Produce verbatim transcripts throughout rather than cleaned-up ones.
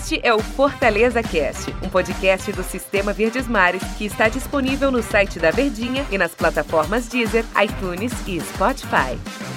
Este é o Fortaleza Cast, um podcast do Sistema Verdes Mares que está disponível no site da Verdinha e nas plataformas Deezer, iTunes e Spotify.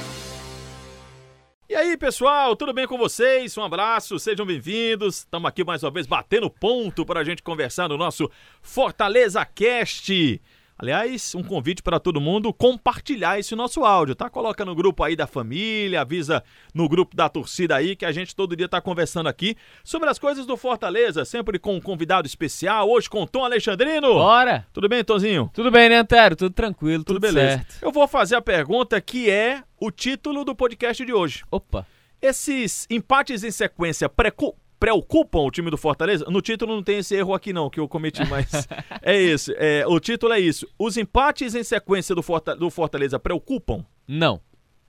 E aí, pessoal, tudo bem com vocês? Um abraço, sejam bem-vindos. Estamos aqui mais uma vez batendo ponto para a gente conversar no nosso Fortaleza Cast. Aliás, um convite para todo mundo compartilhar esse nosso áudio, tá? Coloca no grupo aí da família, avisa no grupo da torcida aí que a gente todo dia tá conversando aqui sobre as coisas do Fortaleza, sempre com um convidado especial, hoje com o Tom Alexandrino. Bora! Tudo bem, Tonzinho? Tudo bem, né, Antero? Tudo tranquilo, tudo, tudo beleza. Certo. Eu vou fazer a pergunta que é o título do podcast de hoje. Opa! Esses empates em sequência precu... preocupam o time do Fortaleza? No título não tem esse erro aqui não, que eu cometi, mas é isso. É, o título é isso. Os empates em sequência do, Forta... do Fortaleza preocupam? Não.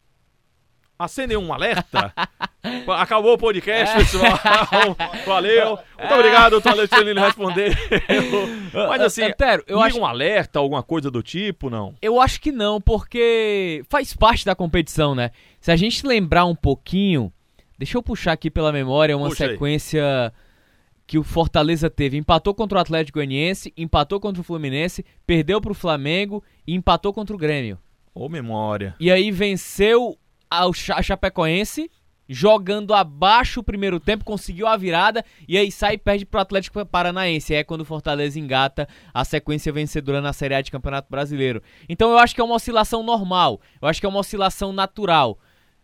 Acendeu um alerta? Acabou o podcast, pessoal. Valeu. Muito obrigado, Tom Alexandrino, responder. Mas assim, Antero, eu liga acho... um alerta, alguma coisa do tipo, não? Eu acho que não, porque faz parte da competição, né? Se a gente lembrar um pouquinho... Deixa eu puxar aqui pela memória uma Puxa sequência aí que o Fortaleza teve. Empatou contra o Atlético Goianiense, empatou contra o Fluminense, perdeu pro Flamengo e empatou contra o Grêmio. Ô, memória. E aí venceu a Chapecoense, jogando abaixo o primeiro tempo, conseguiu a virada e aí sai e perde pro Atlético Paranaense. É quando o Fortaleza engata a sequência vencedora na Série A de Campeonato Brasileiro. Então eu acho que é uma oscilação normal, eu acho que é uma oscilação natural.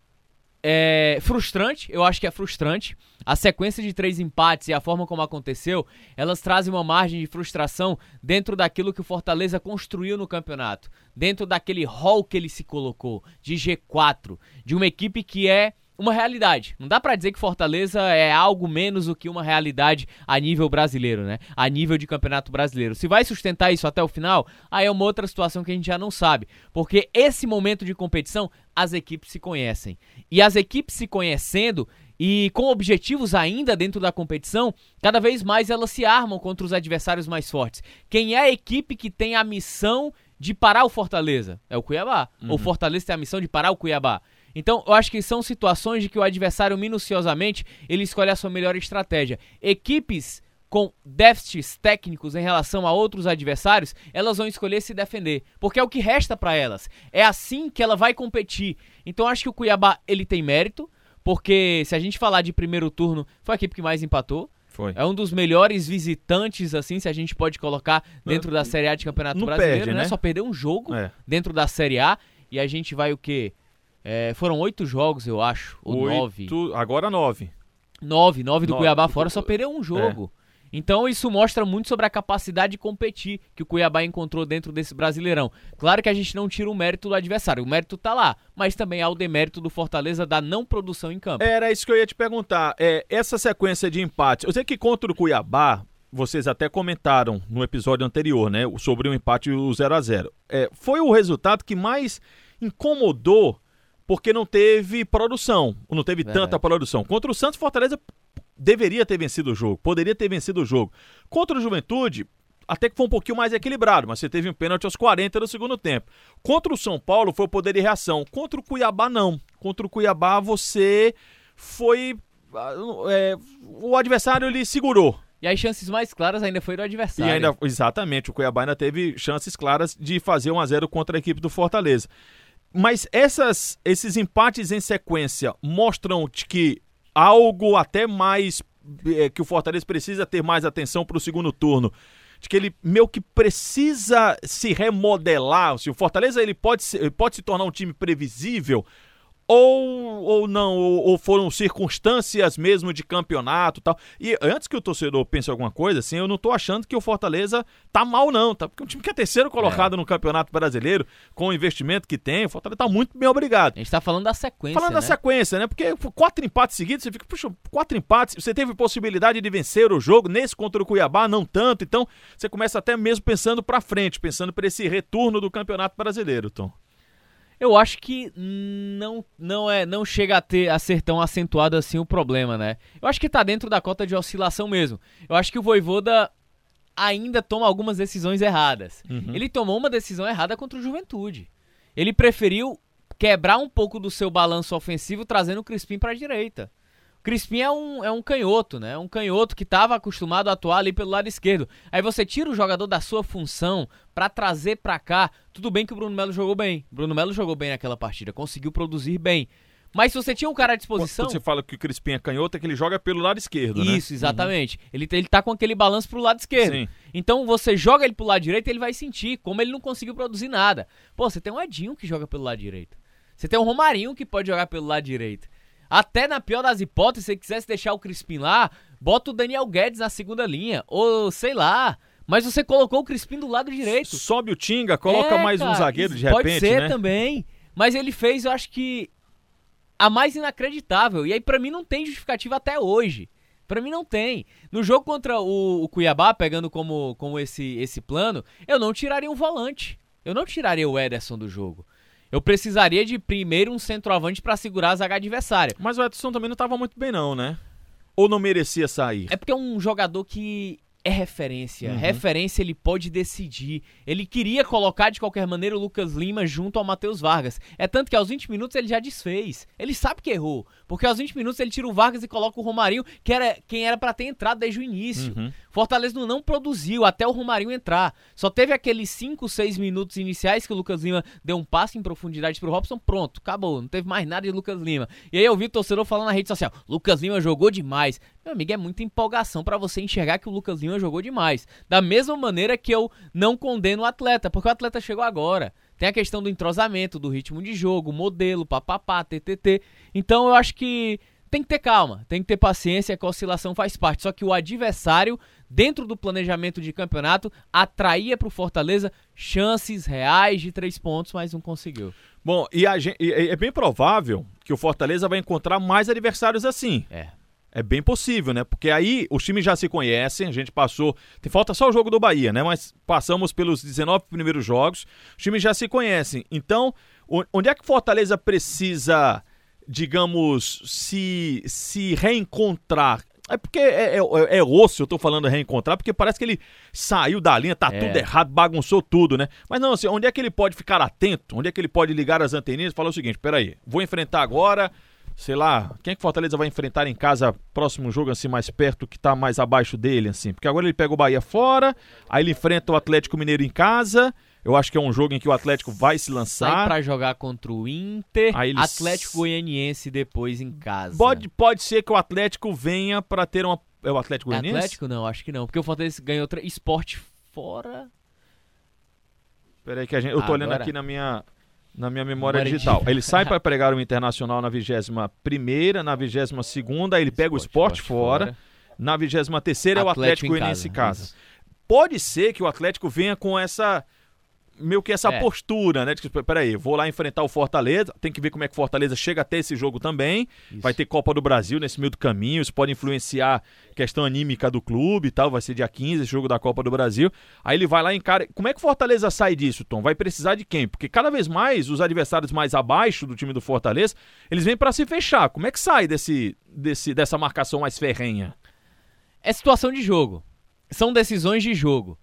É frustrante, eu acho que é frustrante. A sequência de três empates e a forma como aconteceu, elas trazem uma margem de frustração dentro daquilo que o Fortaleza construiu no campeonato. Dentro daquele hall que ele se colocou, de G quatro, de uma equipe que é uma realidade. Não dá pra dizer que Fortaleza é algo menos do que uma realidade a nível brasileiro, né? A nível de campeonato brasileiro. Se vai sustentar isso até o final, aí é uma outra situação que a gente já não sabe. Porque esse momento de competição, as equipes se conhecem. E as equipes se conhecendo e com objetivos ainda dentro da competição, cada vez mais elas se armam contra os adversários mais fortes. Quem é a equipe que tem a missão de parar o Fortaleza? É o Cuiabá. Uhum. O Fortaleza tem a missão de parar o Cuiabá. Então, eu acho que são situações de que o adversário, minuciosamente, ele escolhe a sua melhor estratégia. Equipes com déficits técnicos em relação a outros adversários, elas vão escolher se defender, porque é o que resta para elas. É assim que ela vai competir. Então, eu acho que o Cuiabá, ele tem mérito, porque se a gente falar de primeiro turno, foi a equipe que mais empatou. Foi. É um dos melhores visitantes, assim, se a gente pode colocar dentro não, da Série A de Campeonato não Brasileiro, perde, né? né? Só perdeu um jogo é. dentro da Série A, e a gente vai o quê? É, foram oito jogos, eu acho, ou oito, nove. Agora nove. Nove, nove do nove. Cuiabá fora, só perdeu um jogo. É. Então isso mostra muito sobre a capacidade de competir que o Cuiabá encontrou dentro desse Brasileirão. Claro que a gente não tira o mérito do adversário, o mérito tá lá, mas também há o demérito do Fortaleza da não produção em campo. Era isso que eu ia te perguntar, é, essa sequência de empates, eu sei que contra o Cuiabá, vocês até comentaram no episódio anterior, né, sobre o empate o zero a zero. É, foi o resultado que mais incomodou porque não teve produção, não teve Verdade. tanta produção. Contra o Santos, Fortaleza deveria ter vencido o jogo, poderia ter vencido o jogo. Contra o Juventude, até que foi um pouquinho mais equilibrado, mas você teve um pênalti aos quarenta do segundo tempo. Contra o São Paulo foi o poder de reação. Contra o Cuiabá, não. Contra o Cuiabá, você foi... É, o adversário, ele segurou. E as chances mais claras ainda foi do adversário. E ainda, exatamente, o Cuiabá ainda teve chances claras de fazer um a zero contra a equipe do Fortaleza. Mas essas, esses empates em sequência mostram que algo até mais, é, que o Fortaleza precisa ter mais atenção para o segundo turno, de que ele meio que precisa se remodelar. Se o Fortaleza ele pode, se, pode se tornar um time previsível ou, ou não, ou, ou foram circunstâncias mesmo de campeonato e tal. E antes que o torcedor pense alguma coisa, assim, eu não tô achando que o Fortaleza tá mal não, tá? Porque é um time que é terceiro colocado é. no Campeonato Brasileiro, com o investimento que tem, o Fortaleza tá muito bem obrigado. A gente tá falando da sequência, Falando né? da sequência, né? Porque quatro empates seguidos, você fica, puxa, quatro empates, você teve possibilidade de vencer o jogo, nesse contra o Cuiabá, não tanto, então você começa até mesmo pensando pra frente, pensando pra esse retorno do Campeonato Brasileiro, Tom. Eu acho que não, não, é, não chega a, ter, a ser tão acentuado assim o problema, né? Eu acho que tá dentro da cota de oscilação mesmo. Eu acho que o Vojvoda ainda toma algumas decisões erradas. Uhum. Ele tomou uma decisão errada contra o Juventude. Ele preferiu quebrar um pouco do seu balanço ofensivo trazendo o Crispim para a direita. Crispim é um, é um canhoto, né? Um canhoto que estava acostumado a atuar ali pelo lado esquerdo. Aí você tira o jogador da sua função pra trazer pra cá. Tudo bem que o Bruno Melo jogou bem. O Bruno Melo jogou bem naquela partida, conseguiu produzir bem. Mas se você tinha um cara à disposição... Quando você fala que o Crispim é canhoto, é que ele joga pelo lado esquerdo, né? Isso, exatamente. Uhum. Ele, ele tá com aquele balanço pro lado esquerdo. Sim. Então você joga ele pro lado direito, ele vai sentir, como ele não conseguiu produzir nada. Pô, você tem um Edinho que joga pelo lado direito. Você tem um Romarinho que pode jogar pelo lado direito. Até na pior das hipóteses, se você quisesse deixar o Crispim lá, bota o Daniel Guedes na segunda linha. Ou sei lá. Mas você colocou o Crispim do lado direito. Sobe o Tinga, coloca é, mais cara, um zagueiro de repente, pode ser né? também. Mas ele fez, eu acho que, a mais inacreditável. E aí pra mim não tem justificativa até hoje. Pra mim não tem. No jogo contra o, o Cuiabá, pegando como, como esse, esse plano, eu não tiraria um volante. Eu não tiraria o Ederson do jogo. Eu precisaria de primeiro um centroavante pra segurar a zaga adversária. Mas o Ederson também não tava muito bem não, né? Ou não merecia sair? É porque é um jogador que é referência. Uhum. Referência ele pode decidir. Ele queria colocar de qualquer maneira o Lucas Lima junto ao Matheus Vargas. É tanto que aos vinte minutos ele já desfez. Ele sabe que errou. Porque aos vinte minutos ele tira o Vargas e coloca o Romarinho, que era quem era pra ter entrado desde o início. Uhum. Fortaleza não, não produziu até o Romarinho entrar. Só teve aqueles cinco, seis minutos iniciais que o Lucas Lima deu um passe em profundidade pro Robson. Pronto, acabou. Não teve mais nada de Lucas Lima. E aí eu vi o torcedor falando na rede social, Lucas Lima jogou demais. Meu amigo, é muita empolgação pra você enxergar que o Lucas Lima jogou demais. Da mesma maneira que eu não condeno o atleta, porque o atleta chegou agora. Tem a questão do entrosamento, do ritmo de jogo, modelo, papapá, ttt. Então eu acho que tem que ter calma, tem que ter paciência, que a oscilação faz parte. Só que o adversário, dentro do planejamento de campeonato, atraía pro Fortaleza chances reais de três pontos, mas não conseguiu. Bom, e, a gente, e é bem provável que o Fortaleza vai encontrar mais adversários assim. É. É bem possível, né? Porque aí os times já se conhecem, a gente passou... Tem, falta só o jogo do Bahia, né? Mas passamos pelos dezenove primeiros jogos, os times já se conhecem. Então, onde é que o Fortaleza precisa, digamos, se, se reencontrar? É porque é, é, é osso, eu tô falando reencontrar, porque parece que ele saiu da linha, tá é. tudo errado, bagunçou tudo, né? Mas não, assim, onde é que ele pode ficar atento? Onde é que ele pode ligar as anteninhas e falar o seguinte, peraí, vou enfrentar agora... Sei lá, quem é que o Fortaleza vai enfrentar em casa, próximo jogo, assim, mais perto, que tá mais abaixo dele, assim? Porque agora ele pega o Bahia fora, aí ele enfrenta o Atlético Mineiro em casa, eu acho que é um jogo em que o Atlético vai se lançar. Sai pra jogar contra o Inter, aí ele... Atlético Goianiense depois em casa. Pode, pode ser que o Atlético venha pra ter uma... É o Atlético Goianiense? Atlético não, acho que não, porque o Fortaleza ganhou outra Sport fora... Peraí que a gente... eu tô agora... olhando aqui na minha... Na minha memória, memória digital. digital. Ele sai para pregar o Internacional na vigésima primeira, na vigésima segunda, aí ele pega Sport, o Sport fora. fora. Na vigésima terceira é o Atlético Goianiense em casa. casa. Pode ser que o Atlético venha com essa... meio que essa é. postura, né? De que, peraí, vou lá enfrentar o Fortaleza, tem que ver como é que o Fortaleza chega até esse jogo também. Isso. Vai ter Copa do Brasil nesse meio do caminho, isso pode influenciar a questão anímica do clube e tal, vai ser dia quinze esse jogo da Copa do Brasil. Aí ele vai lá e encara... Como é que o Fortaleza sai disso, Tom? Vai precisar de quem? Porque cada vez mais os adversários mais abaixo do time do Fortaleza, eles vêm pra se fechar. Como é que sai desse, desse, dessa marcação mais ferrenha? É situação de jogo. São decisões de jogo.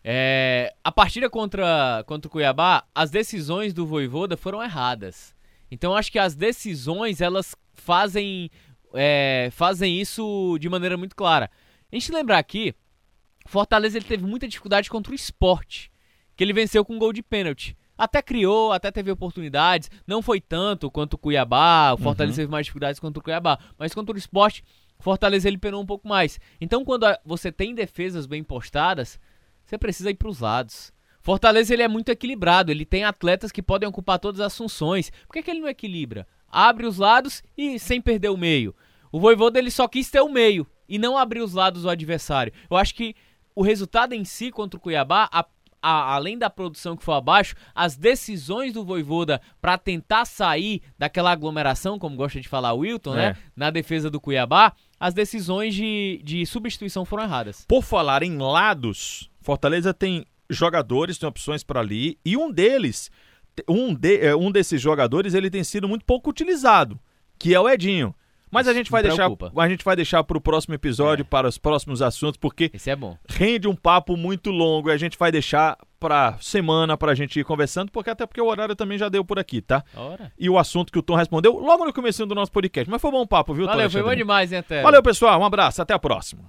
É, a partida contra, contra o Cuiabá, as decisões do Vojvoda foram erradas. Então acho que as decisões, elas fazem, é, fazem isso de maneira muito clara. A gente lembrar aqui, Fortaleza ele teve muita dificuldade contra o Sport, que ele venceu com um gol de pênalti. Até criou, até teve oportunidades, não foi tanto quanto o Cuiabá, o Fortaleza uhum. teve mais dificuldades contra o Cuiabá, mas contra o Sport, o Fortaleza ele penou um pouco mais. Então quando a, você tem defesas bem postadas, você precisa ir para os lados. Fortaleza ele é muito equilibrado, ele tem atletas que podem ocupar todas as funções. Por que, que ele não equilibra? Abre os lados e sem perder o meio. O Vojvoda ele só quis ter o meio e não abrir os lados do adversário. Eu acho que o resultado em si contra o Cuiabá, a, a, além da produção que foi abaixo, as decisões do Vojvoda para tentar sair daquela aglomeração, como gosta de falar o Wilton, é. né? Na defesa do Cuiabá, as decisões de, de substituição foram erradas. Por falar em lados... Fortaleza tem jogadores, tem opções para ali, e um deles, um, de, um desses jogadores, ele tem sido muito pouco utilizado, que é o Edinho. Mas Isso a gente vai deixar, a gente vai deixar para o próximo episódio, é. para os próximos assuntos, porque esse é bom. Rende um papo muito longo e a gente vai deixar pra semana pra gente ir conversando, porque até porque o horário também já deu por aqui, tá? Ora. E o assunto que o Tom respondeu logo no comecinho do nosso podcast. Mas foi bom papo, viu, Tom? Valeu, foi bom demais, hein, até. Valeu, pessoal. Um abraço. Até a próxima.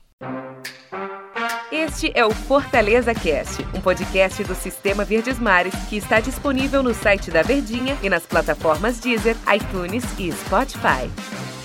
Este é o Fortaleza Cast, um podcast do Sistema Verdes Mares que está disponível no site da Verdinha e nas plataformas Deezer, iTunes e Spotify.